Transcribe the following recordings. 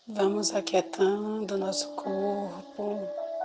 Vamos aquietando nosso corpo,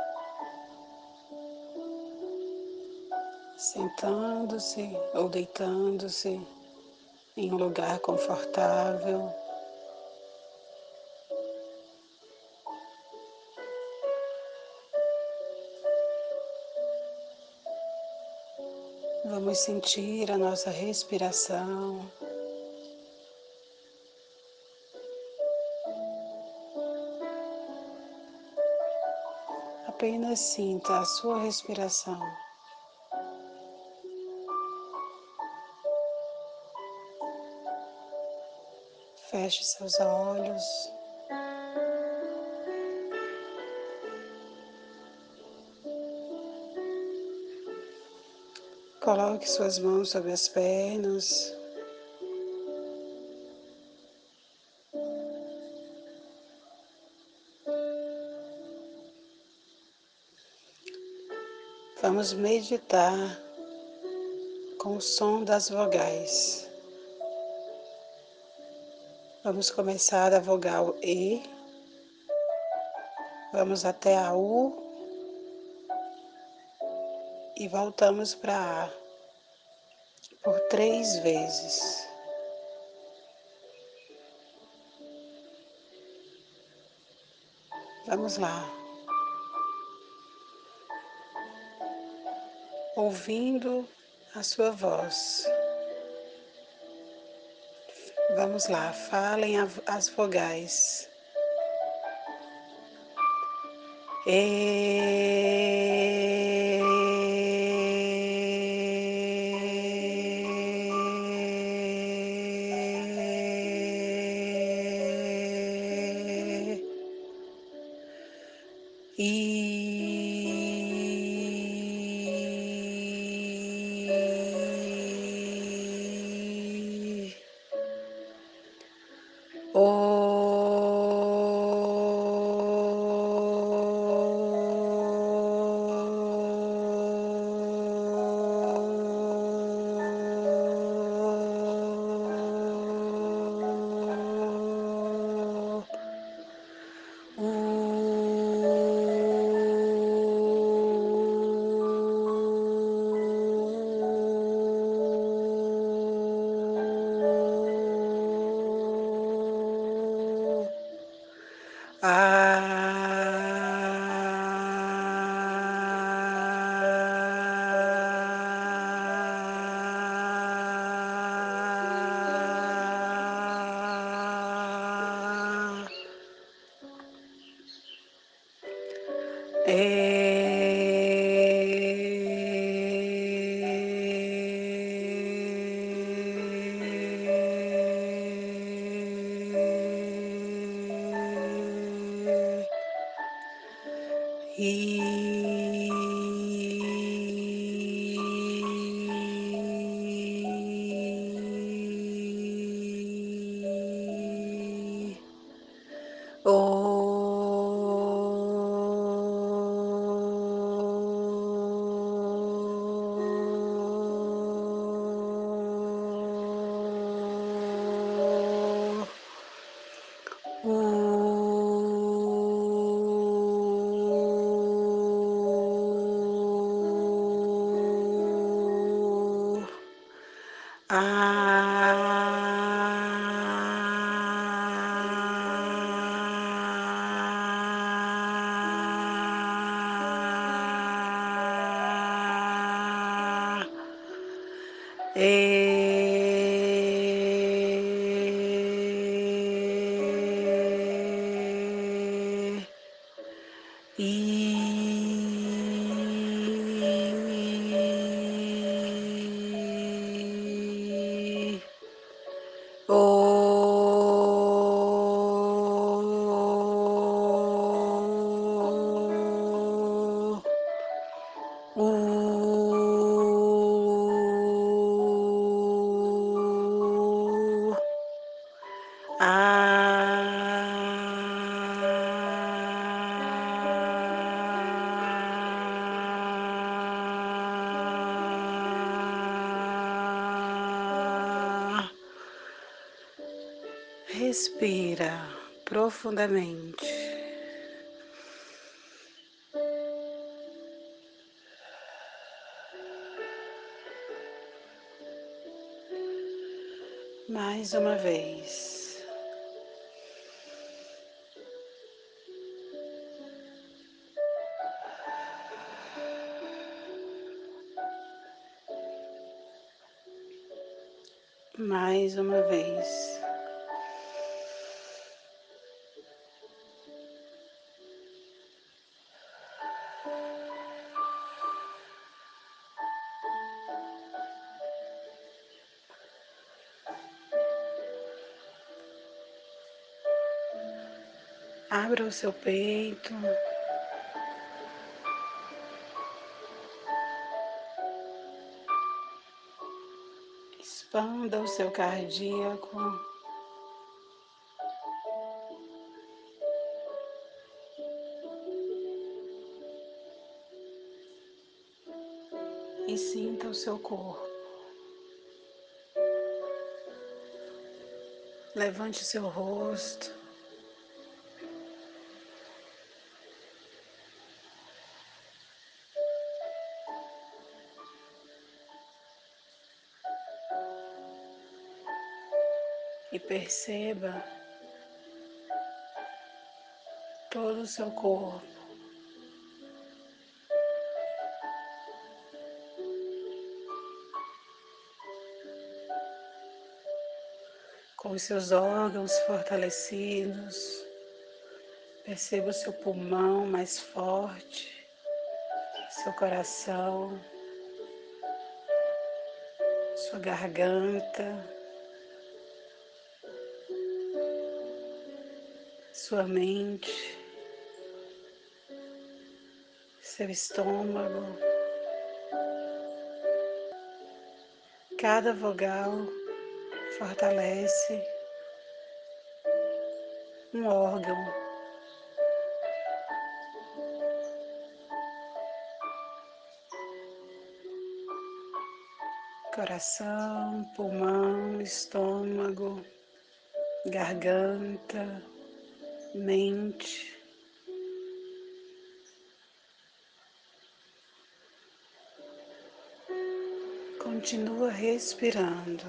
sentando-se ou deitando-se em um lugar confortável. Vamos sentir a nossa respiração. Apenas sinta a sua respiração. Feche seus olhos. Coloque suas mãos sobre as pernas. Vamos meditar com o som das vogais. Vamos começar da vogal E. Vamos até a U e voltamos para A por 3 vezes. Vamos lá. Ouvindo a sua voz. Vamos lá, falem as vogais. Respira profundamente. Mais uma vez. Mais uma vez. Abra o seu peito. Expanda o seu cardíaco. E sinta o seu corpo. Levante o seu rosto. E perceba todo o seu corpo. Com os seus órgãos fortalecidos. Perceba o seu pulmão mais forte, seu coração, sua garganta, sua mente, seu estômago. Cada vogal fortalece um órgão. Coração, pulmão, estômago, garganta, mente. Continua respirando.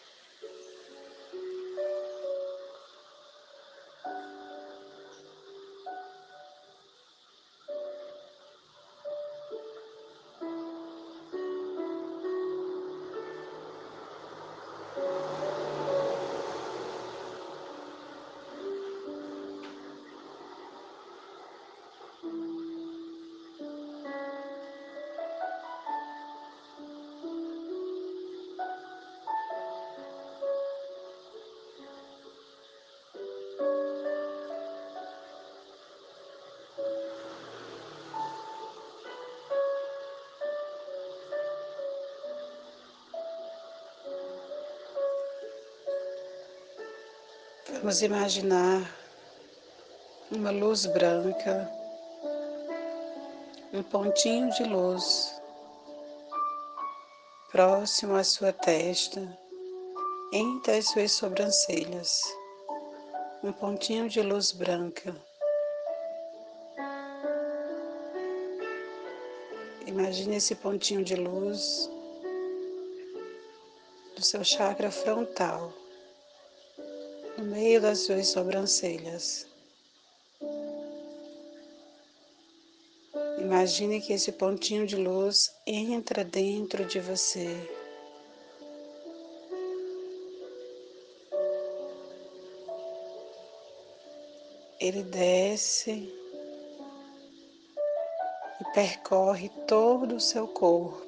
Vamos imaginar uma luz branca, um pontinho de luz próximo à sua testa, entre as suas sobrancelhas. Um pontinho de luz branca. Imagine esse pontinho de luz do seu chakra frontal, no meio das suas sobrancelhas. Imagine que esse pontinho de luz entra dentro de você. Ele desce e percorre todo o seu corpo.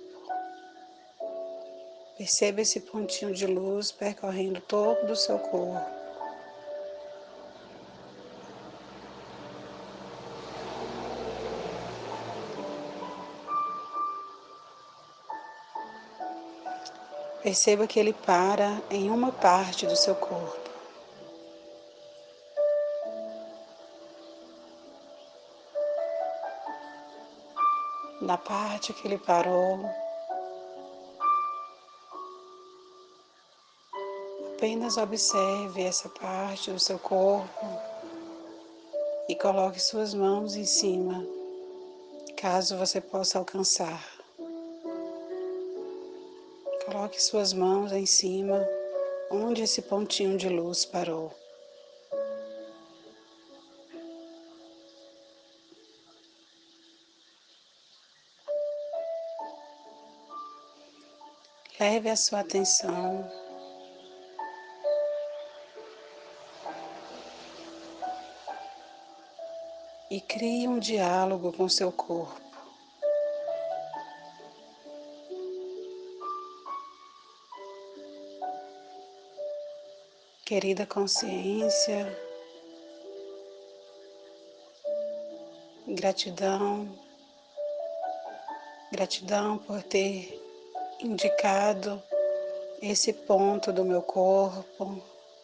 Perceba esse pontinho de luz percorrendo todo o seu corpo. Perceba que ele para em uma parte do seu corpo. Na parte que ele parou, apenas observe essa parte do seu corpo e coloque suas mãos em cima, caso você possa alcançar. Coloque suas mãos em cima, onde esse pontinho de luz parou. Leve a sua atenção e crie um diálogo com seu corpo. Querida consciência, gratidão, gratidão por ter indicado esse ponto do meu corpo.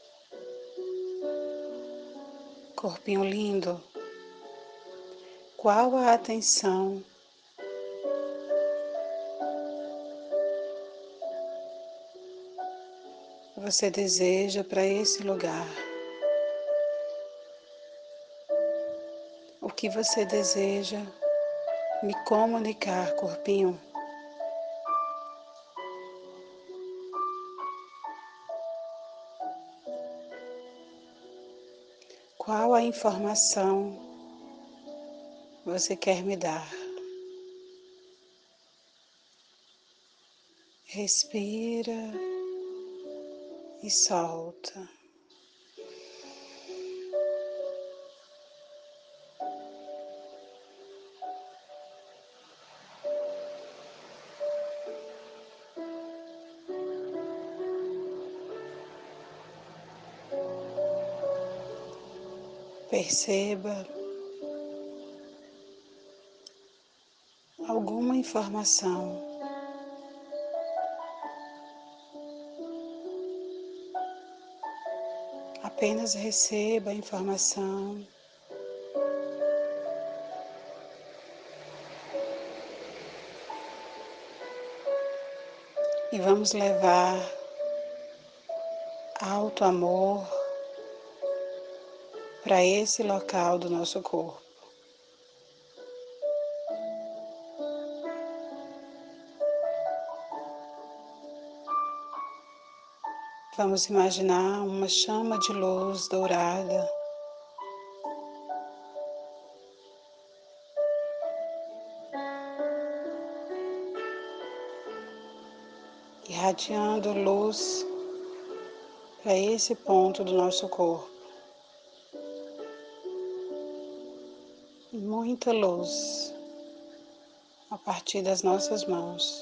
Corpinho lindo, qual a atenção você deseja para esse lugar? O que você deseja me comunicar, corpinho? Qual a informação você quer me dar? Respira e solta. Perceba alguma informação. Apenas receba a informação e vamos levar alto amor para esse local do nosso corpo. Vamos imaginar uma chama de luz dourada irradiando luz para esse ponto do nosso corpo. Muita luz a partir das nossas mãos.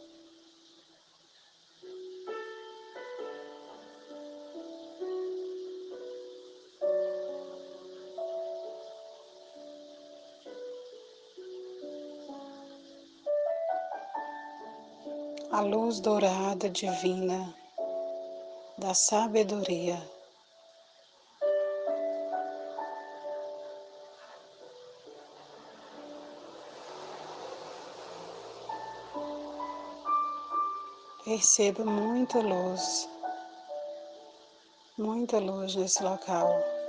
A luz dourada divina da sabedoria. Perceba muita luz nesse local.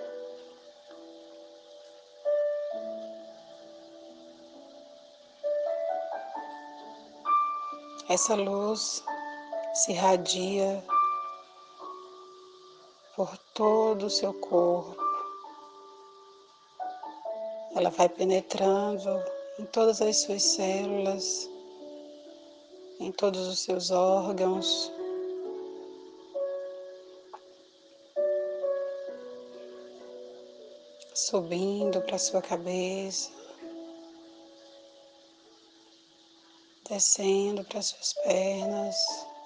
Essa luz se irradia por todo o seu corpo. Ela vai penetrando em todas as suas células, em todos os seus órgãos. Subindo para sua cabeça, descendo para suas pernas.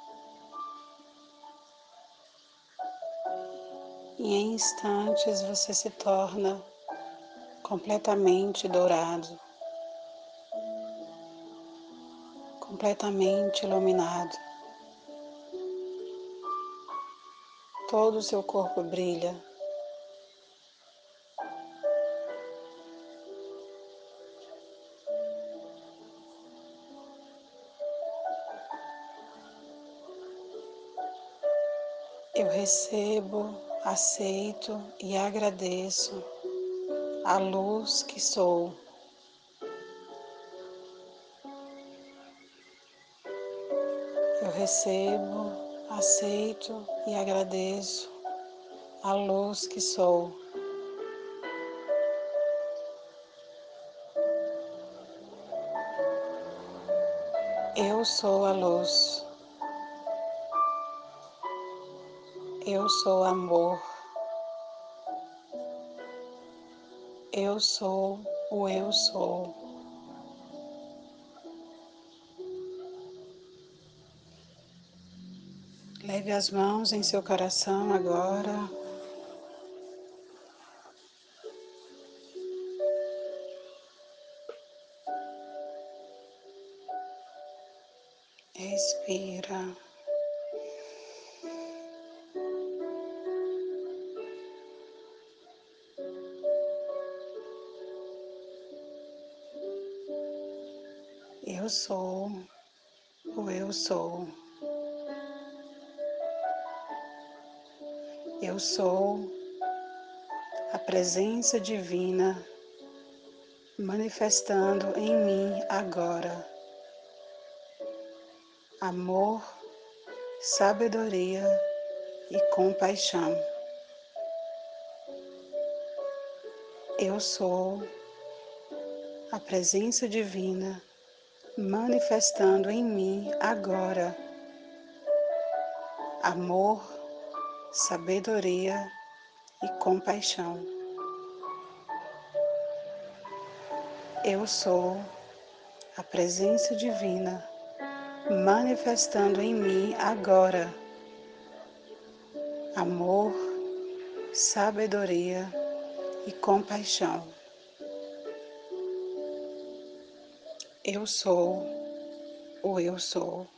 E em instantes você se torna completamente dourado, completamente iluminado. Todo o seu corpo brilha. Eu recebo, aceito e agradeço a luz que sou. Eu recebo, aceito e agradeço a luz que sou. Eu sou a luz. Eu sou amor. Eu sou o eu sou. Leve as mãos em seu coração agora. Expira. Eu sou o eu sou. Eu sou a presença divina manifestando em mim agora. Amor, sabedoria e compaixão. Eu sou a presença divina manifestando em mim agora. Amor, sabedoria e compaixão. Eu sou a presença divina manifestando em mim agora. Amor, sabedoria e compaixão. Eu sou o eu sou.